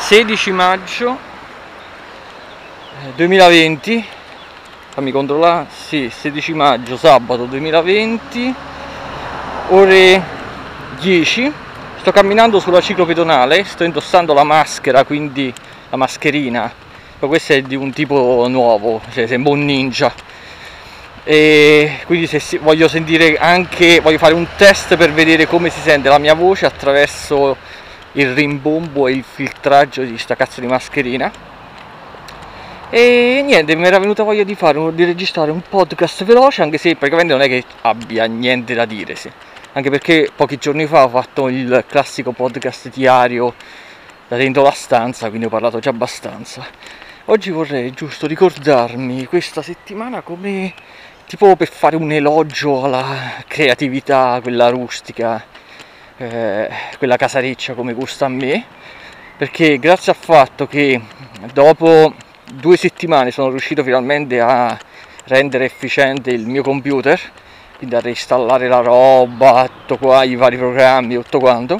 16 maggio 2020, fammi controllare, sì, 16 maggio, sabato 2020, ore 10. Sto camminando sulla ciclopedonale, sto indossando la maschera, quindi la mascherina, ma questa è di un tipo nuovo, cioè sembra un ninja. E quindi voglio sentire anche, voglio fare un test per vedere come si sente la mia voce attraverso il rimbombo e il filtraggio di sta cazzo di mascherina. E niente, mi era venuta voglia di registrare un podcast veloce, anche se praticamente non è che abbia niente da dire, sì. Anche perché pochi giorni fa ho fatto il classico podcast diario da dentro la stanza, quindi ho parlato già abbastanza. Oggi vorrei giusto ricordarmi questa settimana come tipo per fare un elogio alla creatività, quella rustica, quella casareccia come gusta a me, perché grazie al fatto che dopo 2 settimane sono riuscito finalmente a rendere efficiente il mio computer, quindi a reinstallare la roba, tutto qua, i vari programmi, tutto quanto.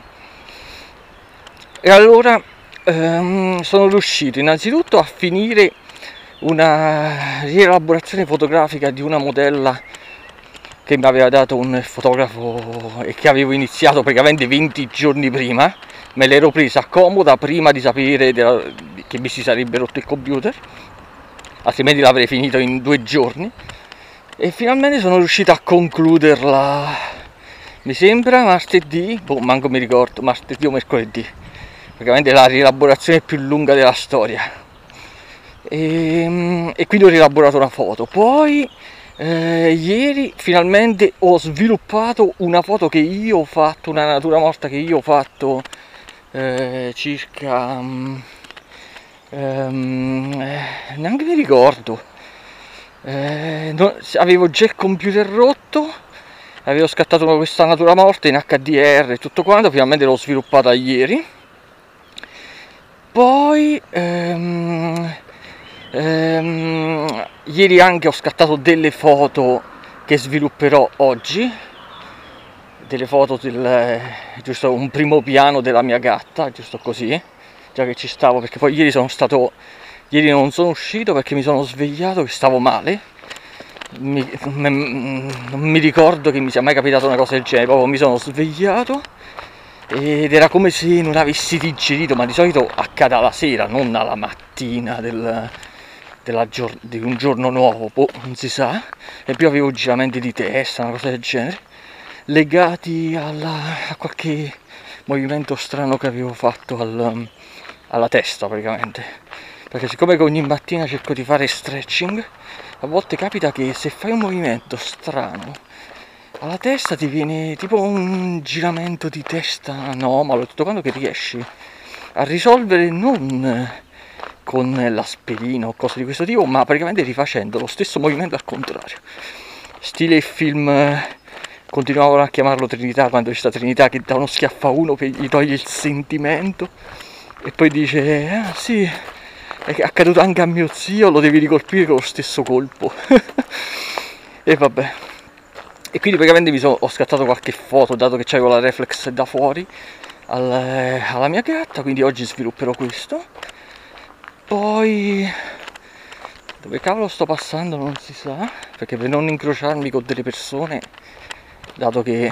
E allora sono riuscito innanzitutto a finire una rielaborazione fotografica di una modella che mi aveva dato un fotografo e che avevo iniziato praticamente 20 giorni prima. Me l'ero presa comoda prima di sapere che mi si sarebbe rotto il computer, altrimenti l'avrei finito in 2 giorni, e finalmente sono riuscito a concluderla, mi sembra martedì, manco mi ricordo, martedì o mercoledì, praticamente la rielaborazione più lunga della storia. E quindi ho rielaborato una foto. Poi ieri finalmente ho sviluppato una foto che io ho fatto, una natura morta che io ho fatto circa neanche mi ricordo, avevo già il computer rotto, avevo scattato questa natura morta in HDR e tutto quanto, finalmente l'ho sviluppata ieri. Poi ieri anche ho scattato delle foto che svilupperò oggi, delle foto giusto un primo piano della mia gatta, giusto così, già che ci stavo, perché poi ieri non sono uscito perché mi sono svegliato che stavo male. Non mi ricordo che mi sia mai capitato una cosa del genere, proprio mi sono svegliato ed era come se non avessi digerito, ma di solito accade alla sera, non alla mattina di un giorno nuovo, non si sa. E più avevo giramenti di testa, una cosa del genere, legati a qualche movimento strano che avevo fatto alla testa praticamente, perché siccome ogni mattina cerco di fare stretching, a volte capita che se fai un movimento strano alla testa ti viene tipo un giramento di testa anomalo, tutto quanto, che riesci a risolvere non con l'aspirina o cose di questo tipo, ma praticamente rifacendo lo stesso movimento al contrario, stile il film, continuavano a chiamarlo Trinità, quando c'è sta Trinità che dà uno schiaffo a uno che gli toglie il sentimento e poi dice ah sì, è accaduto anche a mio zio, lo devi ricolpire con lo stesso colpo. E vabbè, e quindi praticamente ho scattato qualche foto, dato che c'avevo la reflex da fuori alla mia gatta, quindi oggi svilupperò questo. Poi dove cavolo sto passando non si sa, perché per non incrociarmi con delle persone, dato che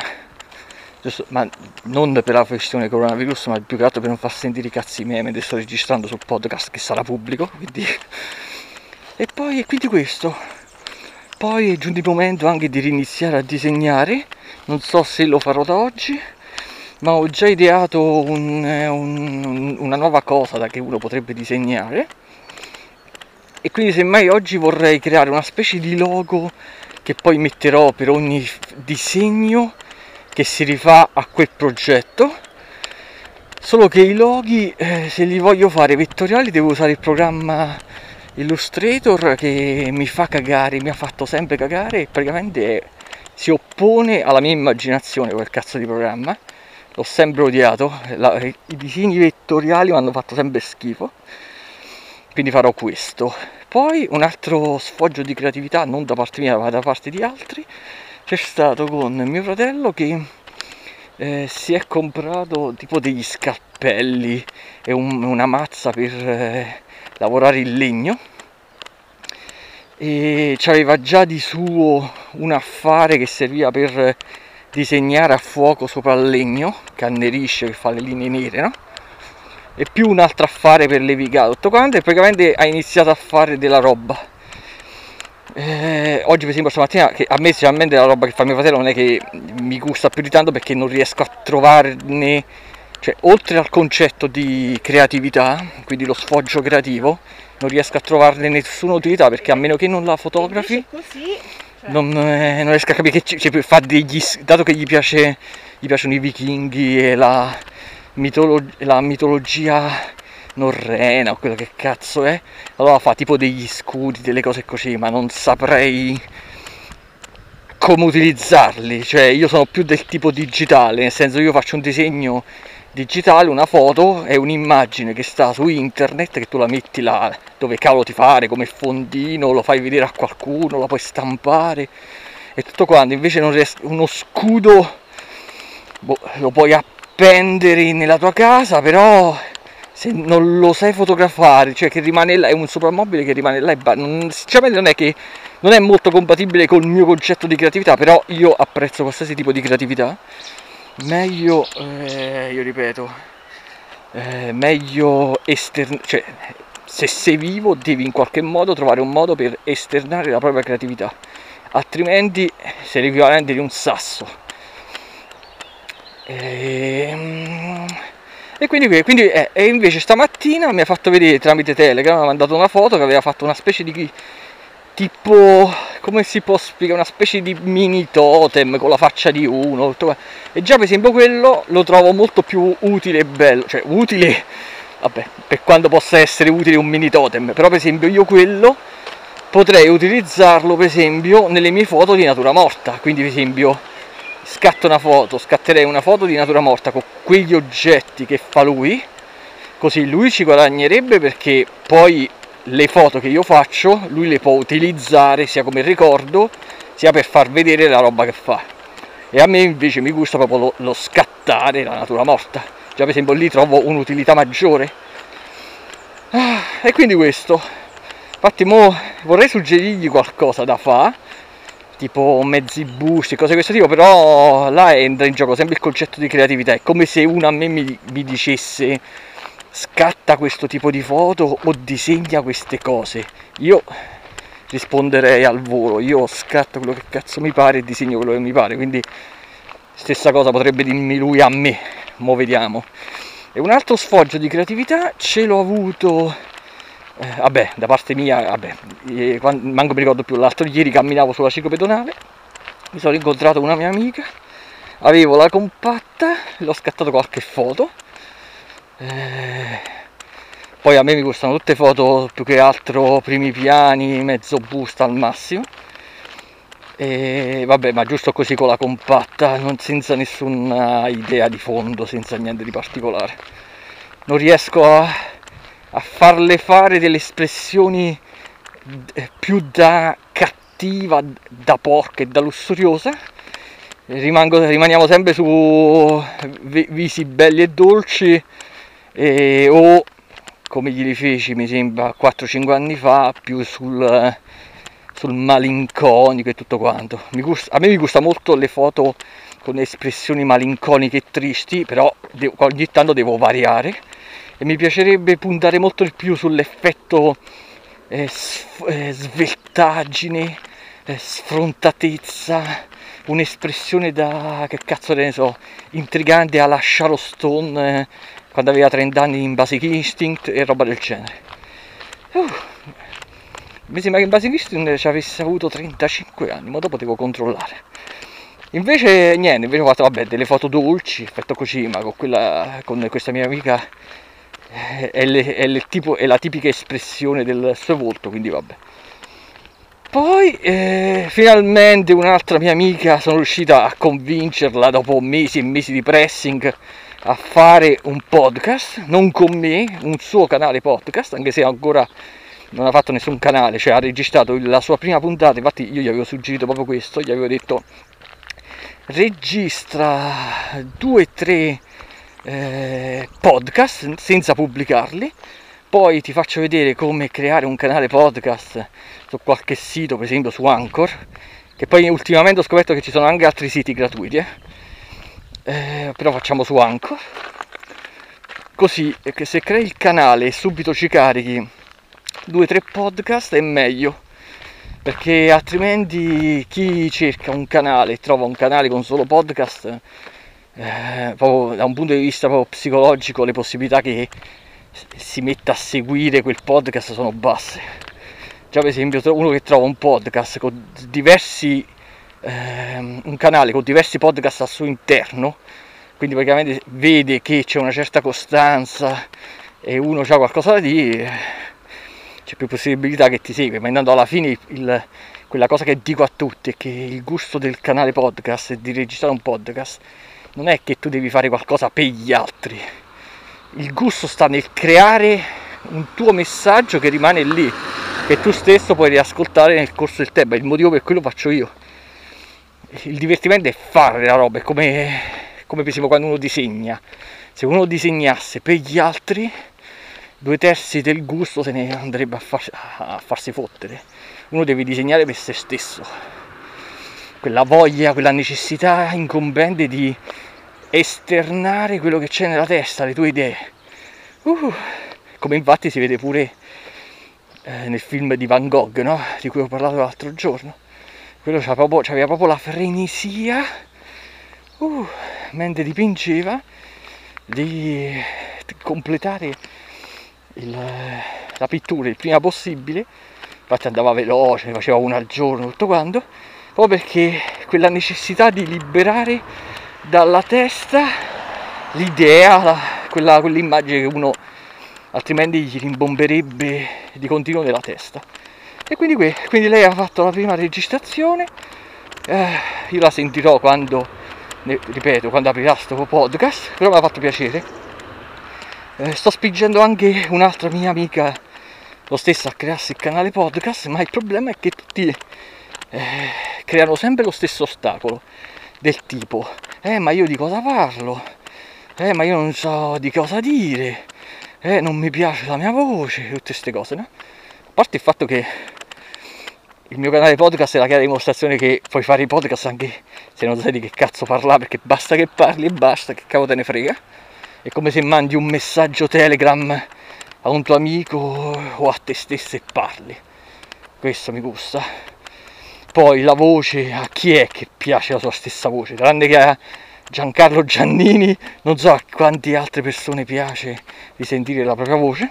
ma non per la questione coronavirus, ma più che altro per non far sentire i cazzi miei mentre sto registrando sul podcast che sarà pubblico, quindi. E quindi questo. Poi è giunto il momento anche di riniziare a disegnare, non so se lo farò da oggi, ma ho già ideato una nuova cosa da che uno potrebbe disegnare, e quindi semmai oggi vorrei creare una specie di logo che poi metterò per ogni disegno che si rifà a quel progetto. Solo che i loghi, se li voglio fare vettoriali, devo usare il programma Illustrator, che mi fa cagare, mi ha fatto sempre cagare, e praticamente si oppone alla mia immaginazione quel cazzo di programma. L'ho sempre odiato, i disegni vettoriali mi hanno fatto sempre schifo, quindi farò questo. Poi un altro sfoggio di creatività, non da parte mia ma da parte di altri, c'è stato con mio fratello che si è comprato tipo degli scalpelli e una mazza per lavorare il legno, e c'aveva già di suo un affare che serviva per disegnare a fuoco sopra il legno, che annerisce, che fa le linee nere, no? E più un altro affare per levigare tutto quanto, e praticamente ha iniziato a fare della roba. Oggi per esempio stamattina, che a me sinceramente la roba che fa mio fratello non è che mi gusta più di tanto, perché non riesco a trovarne, cioè oltre al concetto di creatività, quindi lo sfoggio creativo, non riesco a trovarne nessuna utilità, perché a meno che non la fotografi così, non riesco a capire che fa dato che gli piacciono i vichinghi e la mitologia norrena o quello che cazzo è, allora fa tipo degli scudi, delle cose così, ma non saprei come utilizzarli. Cioè io sono più del tipo digitale, nel senso, io faccio un disegno digitale, una foto è un'immagine che sta su internet, che tu la metti là dove cavolo ti pare, come fondino, lo fai vedere a qualcuno, la puoi stampare e tutto quanto. Invece non riesco, uno scudo lo puoi appendere nella tua casa, però se non lo sai fotografare, cioè che rimane là, è un soprammobile che rimane là, sinceramente non è che non è molto compatibile col mio concetto di creatività, però io apprezzo qualsiasi tipo di creatività. Meglio, io ripeto, meglio cioè se sei vivo devi in qualche modo trovare un modo per esternare la propria creatività, altrimenti sei l'equivalente di un sasso. E quindi e invece stamattina mi ha fatto vedere tramite Telegram, mi ha mandato una foto che aveva fatto una specie di tipo, come si può spiegare, una specie di mini totem con la faccia di uno, e già per esempio quello lo trovo molto più utile e bello, cioè utile, vabbè, per quanto possa essere utile un mini totem, però per esempio io quello potrei utilizzarlo per esempio nelle mie foto di natura morta, quindi per esempio scatterei una foto di natura morta con quegli oggetti che fa lui, così lui ci guadagnerebbe, perché poi le foto che io faccio lui le può utilizzare sia come ricordo sia per far vedere la roba che fa, e a me invece mi gusta proprio lo scattare la natura morta, già per esempio lì trovo un'utilità maggiore. E quindi questo, infatti mo vorrei suggerirgli qualcosa da fare, tipo mezzi busti, cose di questo tipo, però là entra in gioco sempre il concetto di creatività. È come se uno a me mi dicesse scatta questo tipo di foto o disegna queste cose, io risponderei al volo, io scatto quello che cazzo mi pare e disegno quello che mi pare, quindi stessa cosa potrebbe dirmi lui a me, mo vediamo. E un altro sfoggio di creatività ce l'ho avuto, vabbè, da parte mia, manco mi ricordo più, l'altro ieri camminavo sulla ciclopedonale, mi sono incontrato una mia amica, avevo la compatta, l'ho scattato qualche foto. Poi a me mi gustano tutte foto più che altro primi piani, mezzo busta al massimo, e vabbè, ma giusto così con la compatta, senza nessuna idea di fondo, senza niente di particolare. Non riesco a farle fare delle espressioni più da cattiva, da porca e da lussuriosa. Rimaniamo sempre su visi belli e dolci, o come gli rifeci mi sembra 4-5 anni fa, più sul malinconico e tutto quanto. A me mi gusta molto le foto con espressioni malinconiche e tristi, però ogni tanto devo variare, e mi piacerebbe puntare molto di più sull'effetto sveltaggine, sfrontatezza, un'espressione da, che cazzo ne so, intrigante alla Sharon Stone quando aveva 30 anni in Basic Instinct e roba del genere. Mi sembra che in Basic Instinct ci avesse avuto 35 anni, ma dopo devo controllare. Invece niente, invece ho fatto delle foto dolci, effetto Kojima, con questa mia amica, è la tipica espressione del suo volto, quindi vabbè. Poi finalmente un'altra mia amica sono riuscita a convincerla, dopo mesi e mesi di pressing, a fare un podcast, non con me, un suo canale podcast, anche se ancora non ha fatto nessun canale, cioè ha registrato la sua prima puntata. Infatti io gli avevo suggerito proprio questo, gli avevo detto registra 2-3 podcast senza pubblicarli, poi ti faccio vedere come creare un canale podcast su qualche sito, per esempio su Anchor, che poi ultimamente ho scoperto che ci sono anche altri siti gratuiti, però facciamo su Anchor, così che se crei il canale e subito ci carichi 2-3 podcast è meglio, perché altrimenti chi cerca un canale e trova un canale con solo podcast, proprio da un punto di vista proprio psicologico le possibilità che si metta a seguire quel podcast sono basse. Già per esempio uno che trova un podcast con diversi un canale con diversi podcast al suo interno, quindi praticamente vede che c'è una certa costanza e uno ha qualcosa da dire, c'è più possibilità che ti segui. Ma intanto alla fine quella cosa che dico a tutti è che il gusto del canale podcast e di registrare un podcast non è che tu devi fare qualcosa per gli altri, il gusto sta nel creare un tuo messaggio che rimane lì, che tu stesso puoi riascoltare nel corso del tempo. È il motivo per cui lo faccio io. Il divertimento è fare la roba, è come per esempio quando uno disegna. Se uno disegnasse per gli altri, 2/3 del gusto se ne andrebbe a farsi fottere. Uno deve disegnare per se stesso, quella voglia, quella necessità incombente di esternare quello che c'è nella testa, le tue idee, come infatti si vede pure nel film di Van Gogh, no? Di cui ho parlato l'altro giorno. Quello c'aveva proprio la frenesia mentre dipingeva di completare la pittura il prima possibile. Infatti andava veloce, ne faceva una al giorno, tutto quanto, proprio perché quella necessità di liberare dalla testa l'idea, quell'immagine che uno altrimenti gli rimbomberebbe di continuo nella testa. E quindi lei ha fatto la prima registrazione, io la sentirò quando aprirà sto podcast, però mi ha fatto piacere. Sto spingendo anche un'altra mia amica lo stesso a crearsi il canale podcast, ma il problema è che tutti creano sempre lo stesso ostacolo, del tipo ma io di cosa parlo, ma io non so di cosa dire, non mi piace la mia voce, tutte queste cose, no? A parte il fatto che il mio canale podcast è la chiara dimostrazione che puoi fare i podcast anche se non sai di che cazzo parlare, perché basta che parli e basta, che cavolo te ne frega. È come se mandi un messaggio Telegram a un tuo amico o a te stesso e parli. Questo mi gusta. Poi la voce, a chi è che piace la sua stessa voce? Tranne che a Giancarlo Giannini, non so a quante altre persone piace di sentire la propria voce.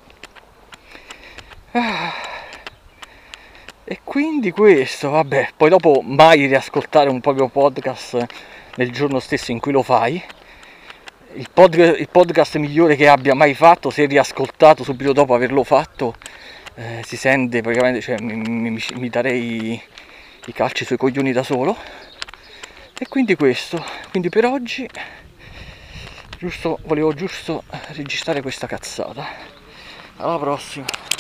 E quindi questo, vabbè, poi dopo mai riascoltare un proprio podcast nel giorno stesso in cui lo fai. Il podcast migliore che abbia mai fatto, se riascoltato subito dopo averlo fatto, si sente praticamente, cioè mi darei i calci sui coglioni da solo. E quindi questo, quindi per oggi volevo giusto registrare questa cazzata. Alla prossima.